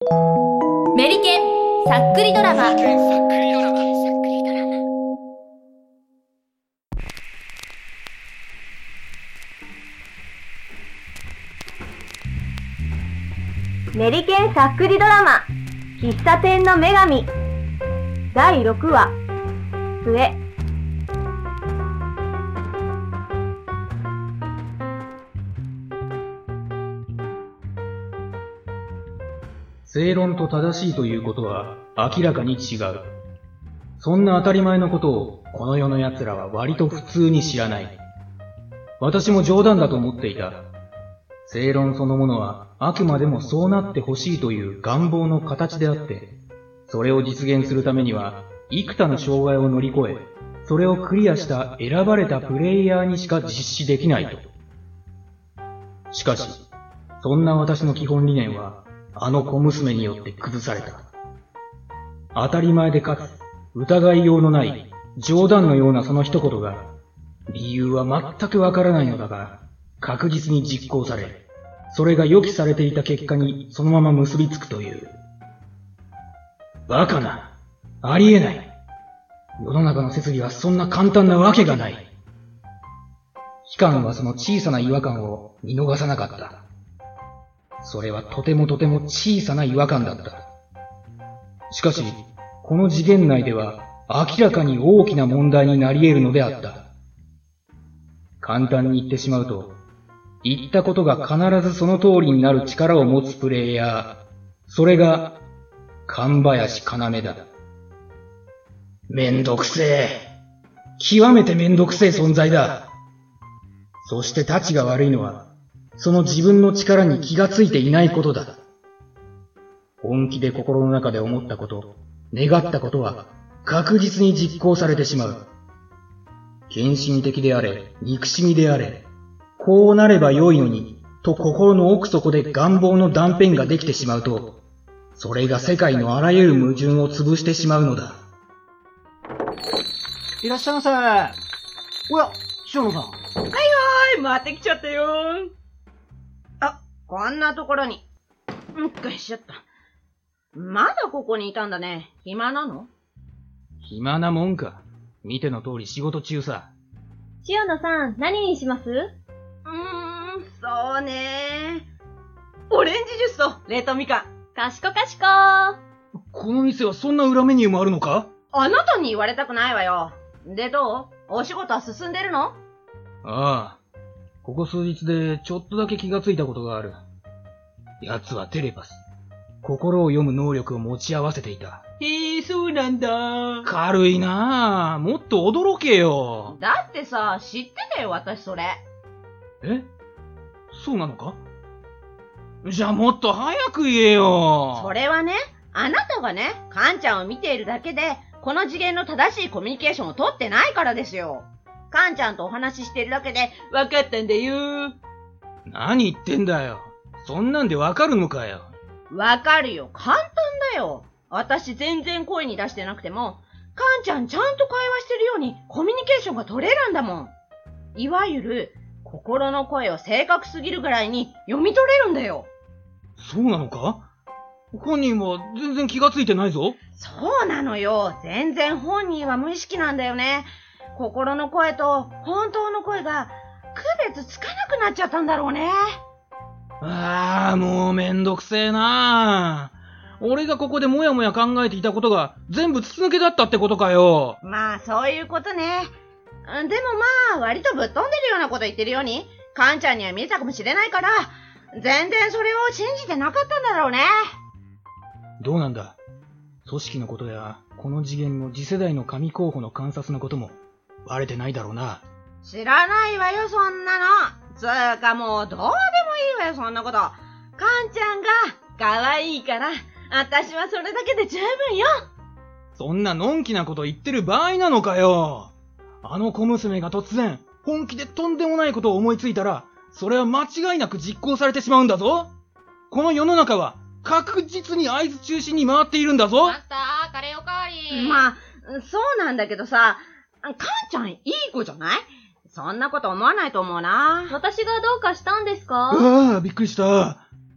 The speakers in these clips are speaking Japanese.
メリケンさっくりドラマ。 メリケンさっくりドラマ、喫茶店の女神、第6話、末。 正論と正しいということは明らかに違う。そんな当たり前のことをこの世の奴らは割と普通に知らない。私も冗談だと思っていた。正論そのものはあくまでもそうなってほしいという願望の形であって、それを実現するためには幾多の障害を乗り越え、それをクリアした選ばれたプレイヤーにしか実施できないと。しかし、そんな私の基本理念はあの小娘によって崩された。当たり前でかつ疑いようのない冗談のようなその一言が、理由は全くわからないのだが、確実に実行され、それが予期されていた結果にそのまま結びつくという。バカな。ありえない。世の中の設備はそんな簡単なわけがない。機関はその小さな違和感を見逃さなかった。それはとても小さな違和感だった。しかし、この次元内では明らかに大きな問題になり得るのであった。簡単に言ってしまうと、言ったことが必ずその通りになる力を持つプレイヤー、それが、神林要だ。めんどくせえ。極めてめんどくせえ存在だ。そしてたちが悪いのは、その自分の力に気がついていないことだ。本気で心の中で思ったこと、願ったことは確実に実行されてしまう。献身的であれ、憎しみであれ、こうなれば良いのに、と心の奥底で願望の断片ができてしまうと、それが世界のあらゆる矛盾を潰してしまうのだ。 いらっしゃいませ。おや、塩野さん。 回ってきちゃったよ。あ、こんなところに。うっかりしちゃった。まだここにいたんだね。暇なの？ 暇なもんか。見ての通り仕事中さ。 塩野さん、何にします？ そうね。オレンジジュースと冷凍みかん。 かしこ。 この店はそんな裏メニューもあるのか？ あなたに言われたくないわよ。でどう？お仕事は進んでるの？ ああ。ここ数日でちょっとだけ気がついたことがある。奴はテレパス。心を読む能力を持ち合わせていた。 へえ、そうなんだ。 軽いなぁ。もっと驚けよ。 だってさ、知ってたよ、私それ。 え？そうなのか？じゃあもっと早く言えよ。 それはね、あなたがね、カンちゃんを見ているだけで、この次元の正しいコミュニケーションを取ってないからですよ。カンちゃんとお話ししてるだけで分かったんだよ。 何言ってんだよ。そんなんで分かるのかよ。 分かるよ。簡単だよ。私全然声に出してなくても、カンちゃんちゃんと会話してるようにコミュニケーションが取れるんだもん。いわゆる、心の声を正確すぎるぐらいに読み取れるんだよ。 そうなのか？本人は全然気がついてないぞ。 そうなのよ。全然本人は無意識なんだよね。心の声と本当の声が区別つかなくなっちゃったんだろうね。 ああ、もうめんどくせえなぁ。俺がここでもやもや考えていたことが全部筒抜けだったってことかよ。 まあそういうことね。でもまあ割とぶっ飛んでるようなこと言ってるようにカンちゃんには見えたかもしれないから、全然それを信じてなかったんだろうね。 どうなんだ。組織のことやこの次元の次世代の神候補の観察のこともバレてないだろうな。 知らないわよ、そんなの。つーかもうどうでもいいわよ、そんなこと。カンちゃんが可愛いから、私はそれだけで十分よ。 そんなのんきなこと言ってる場合なのかよ。あの小娘が突然、本気でとんでもないことを思いついたら、それは間違いなく実行されてしまうんだぞ。この世の中は確実に合図中心に回っているんだぞ。 マスター、カレーおかわり。 まあ、そうなんだけどさ、カンちゃんいい子じゃない？そんなこと思わないと思うな。 私がどうかしたんですか？ ああ、びっくりした。 ほ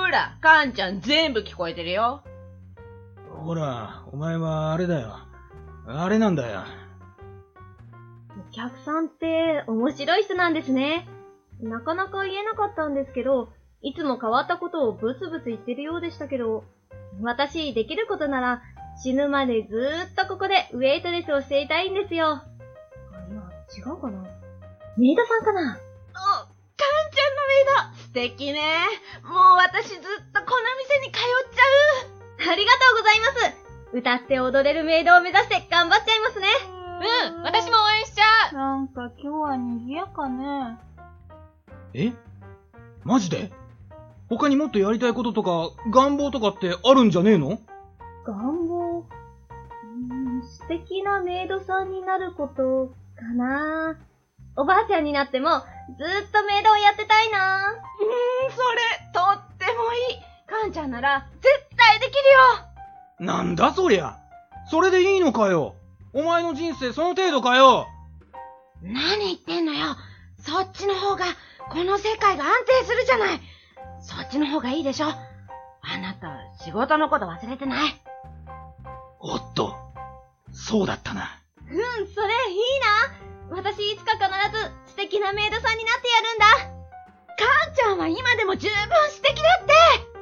ほら、カンちゃん全部聞こえてるよ。 ほら、お前はあれだよ。あれなんだよ。 お客さんって面白い人なんですね。なかなか言えなかったんですけど、いつも変わったことをブツブツ言ってるようでしたけど、私できることなら死ぬまでずーっとここでウェイトレスをしていたいんですよ。いや、違うかな。メイドさんかな。 カンちゃんのメイド、素敵ね。もう私ずっとこの店に通っちゃう。 ありがとうございます。歌って踊れるメイドを目指して頑張っちゃいますね。 私も応援しちゃう。 なんか今日は賑やかね。 え？マジで？他にもっとやりたいこととか願望とかってあるんじゃねえの？ 願望？素敵なメイドさんになることかな。おばあちゃんになってもずっとメイドをやってたいな。 それ、とってもいい。カンちゃんなら絶対できるよ。 なんだそりゃ。それでいいのかよ。お前の人生その程度かよ。 何言ってんのよ。そっちの方が、この世界が安定するじゃない。そっちの方がいいでしょ。あなた、仕事のこと忘れてない？ おっと、そうだったな。 それいいな。私いつか必ず素敵なメイドさんになってやるんだ。 カンちゃんは今でも十分素敵だって。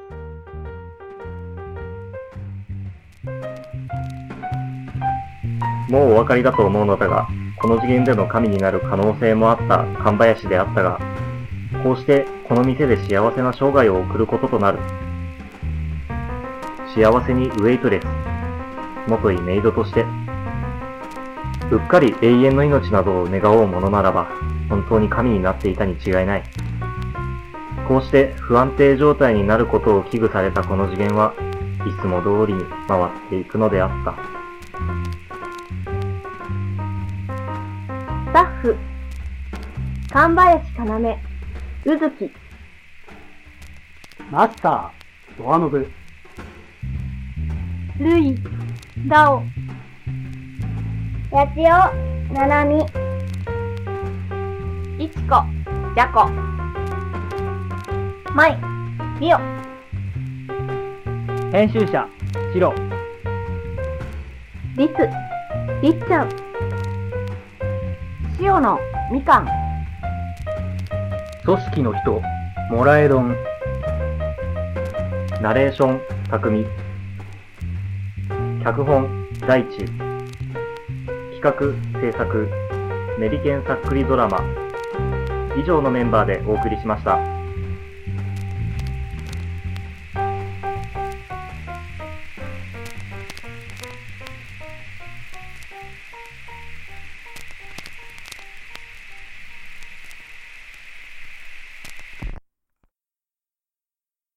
もうお分かりだと思うのだが、この次元での神になる可能性もあった神林であったが、こうしてこの店で幸せな生涯を送ることとなる。幸せにウェイトレス、元いメイドとして、うっかり永遠の命などを願おうものならば、本当に神になっていたに違いない。こうして不安定状態になることを危惧されたこの次元は、いつも通りに回っていくのであった。 スタッフ、神林要、うずき。 マスター、ドアノブ。 ルイ、ダオ。やちお、ななみ。いちこ、じゃこ。まい、みお。 編集者、シロ。 りつ、りっちゃん。しおの、みかん。 組織の人、もらえどん。 ナレーション、たくみ。脚本、大地。企画、制作、メリケンさっくりドラマ。以上のメンバーでお送りしました。